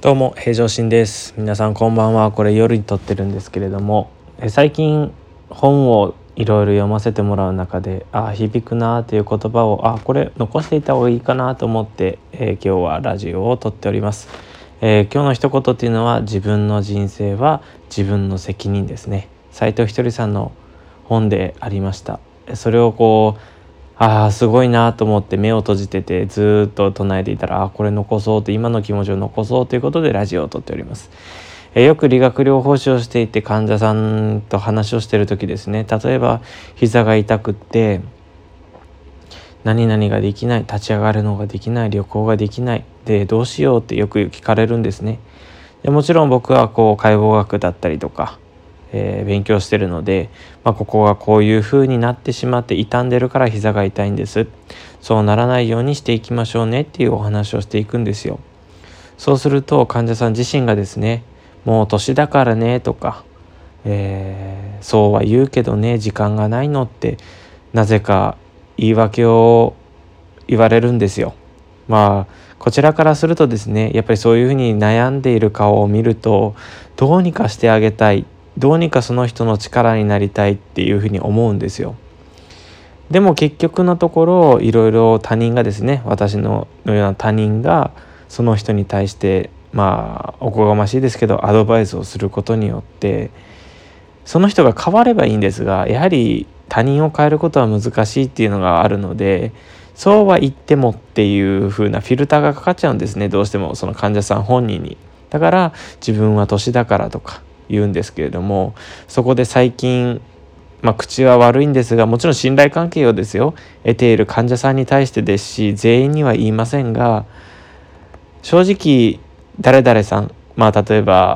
どうも平常心です。皆さんこんばんは。これ夜に撮ってるんですけれども、最近本をいろいろ読ませてもらう中で響くなという言葉をこれ残していた方がいいかなと思って、今日はラジオを撮っております。今日の一言っていうのは、自分の人生は自分の責任ですね。斉藤ひとりさんの本でありました。それをすごいなと思って目を閉じててずっと唱えていたら、これ残そうと、今の気持ちを残そうということでラジオを撮っております。よく理学療法士をしていて患者さんと話をしている時ですね、例えば膝が痛くって何々ができない、立ち上がるのができない、旅行ができないでどうしようってよく聞かれるんですね。でもちろん僕は解剖学だったりとか勉強してるので、ここがこういう風になってしまって傷んでるから膝が痛いんです、そうならないようにしていきましょうねっていうお話をしていくんですよ。そうすると患者さん自身がですね、もう年だからねとか、そうは言うけどね、時間がないのってなぜか言い訳を言われるんですよ。こちらからするとですね、やっぱりそういうふうに悩んでいる顔を見ると、どうにかしてあげたい、どうにかその人の力になりたいっていうふうに思うんですよ。でも結局のところ、いろいろ他人がですね、私のような他人がその人に対しておこがましいですけどアドバイスをすることによってその人が変わればいいんですが、やはり他人を変えることは難しいっていうのがあるので、そうは言ってもっていう風なフィルターがかかっちゃうんですね、どうしてもその患者さん本人に。だから自分は年だからとか言うんですけれども、そこで最近口は悪いんですが、もちろん信頼関係をですよ得ている患者さんに対してですし、全員には言いませんが、正直誰々さん、例えば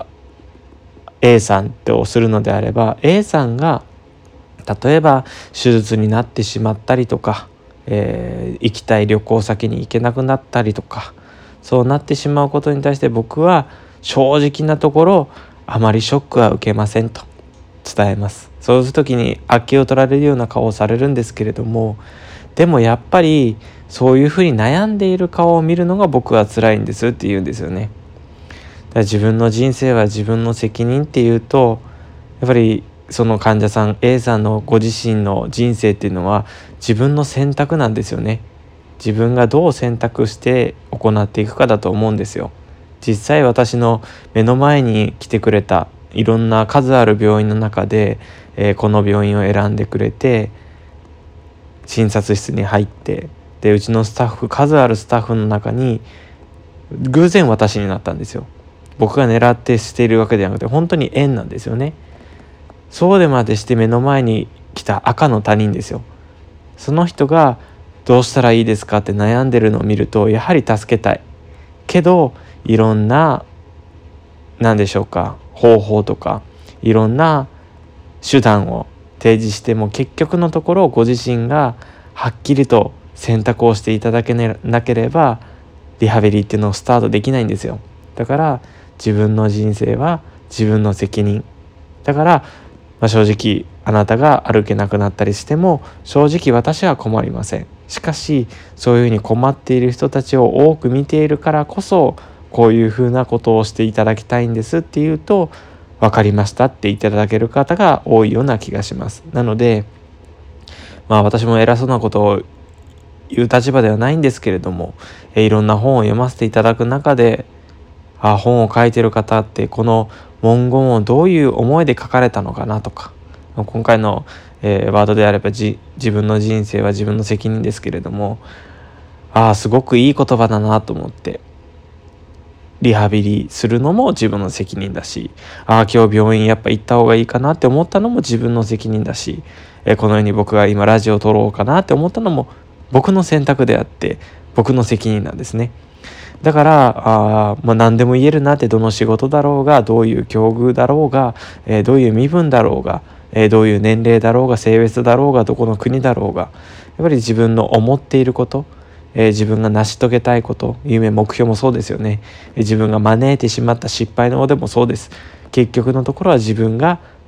A さんとするのであれば、 A さんが例えば手術になってしまったりとか、行きたい旅行先に行けなくなったりとか、そうなってしまうことに対して僕は正直なところあまりショックは受けませんと伝えます。そうする時にあっけを取られるような顔をされるんですけれども、でもやっぱりそういうふうに悩んでいる顔を見るのが僕は辛いんですって言うんですよね。だから自分の人生は自分の責任っていうと、やっぱりその患者さん A さんのご自身の人生っていうのは自分の選択なんですよね。自分がどう選択して行っていくかだと思うんですよ。実際私の目の前に来てくれたいろんな数ある病院の中で、この病院を選んでくれて診察室に入って、でうちのスタッフ、数あるスタッフの中に偶然私になったんですよ。僕が狙ってしているわけではなくて、本当に縁なんですよね。そうでまでして目の前に来た赤の他人ですよ。その人がどうしたらいいですかって悩んでるのを見ると、やはり助けたいけど、いろんな何でしょうか、方法とかいろんな手段を提示しても、結局のところご自身がはっきりと選択をしていただけなければリハビリっていうのをスタートできないんですよ。だから自分の人生は自分の責任だから、正直あなたが歩けなくなったりしても正直私は困りません。しかしそういうふうに困っている人たちを多く見ているからこそ、こういうふうなことをしていただきたいんですっていうと、分かりましたって言っていただける方が多いような気がします。なので私も偉そうなことを言う立場ではないんですけれども、いろんな本を読ませていただく中で、本を書いてる方ってこの文言をどういう思いで書かれたのかなとか、今回の、ワードであれば自分の人生は自分の責任ですけれども、すごくいい言葉だなと思って、リハビリするのも自分の責任だし、今日病院やっぱ行った方がいいかなって思ったのも自分の責任だし、このように僕が今ラジオを撮ろうかなって思ったのも僕の選択であって僕の責任なんですね。だから何でも言えるなって、どの仕事だろうが、どういう境遇だろうが、どういう身分だろうが、どういう年齢だろうが、性別だろうが、どこの国だろうが、やっぱり自分の思っていること、自分が成し遂げたいこと、夢目標もそうですよね。自分が招いてしまった失敗の方でもそうです。結局のところは自分が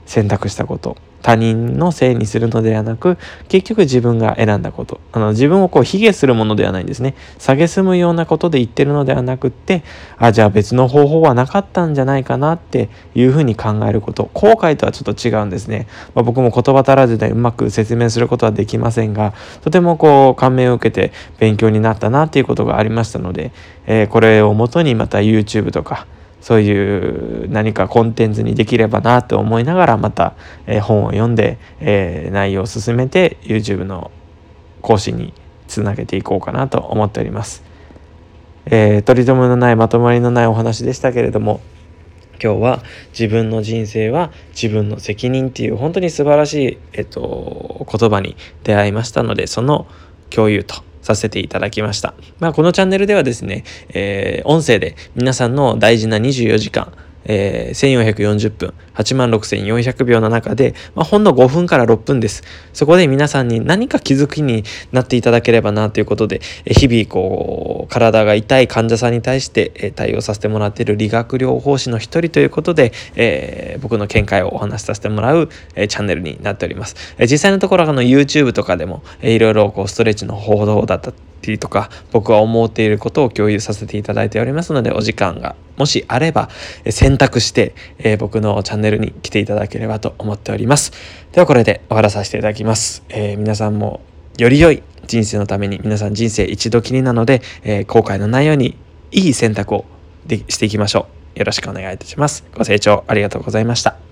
選択したこと、他人のせいにするのではなく、結局自分が選んだこと、自分をこう卑下するものではないんですね。蔑むようなことで言ってるのではなくって、じゃあ別の方法はなかったんじゃないかなっていうふうに考えること。後悔とはちょっと違うんですね。僕も言葉足らずでうまく説明することはできませんが、とてもこう感銘を受けて勉強になったなっていうことがありましたので、これをもとにまた YouTube とかそういう何かコンテンツにできればなと思いながら、また、本を読んで、内容を進めて YouTube の講師につなげていこうかなと思っております。取り留めのないまとまりのないお話でしたけれども、今日は自分の人生は自分の責任っていう本当に素晴らしい、言葉に出会いましたので、その共有とさせていただきました。このチャンネルではですね、音声で皆さんの大事な24時間、1440分、86,400 秒の中で、ほんの5分から6分です。そこで皆さんに何か気づきになっていただければなということで、日々こう体が痛い患者さんに対して対応させてもらっている理学療法士の一人ということで、僕の見解をお話しさせてもらうチャンネルになっております。実際のところYouTube とかでもいろいろこうストレッチの方法だったりとか、僕は思っていることを共有させていただいておりますので、お時間がもしあれば選択して、僕のチャンネルに来ていただければと思っております。ではこれで終わらさせていただきます。皆さんもより良い人生のために、皆さん人生一度きりなので、後悔のないようにいい選択をしていきましょう。よろしくお願いいたします。ご清聴ありがとうございました。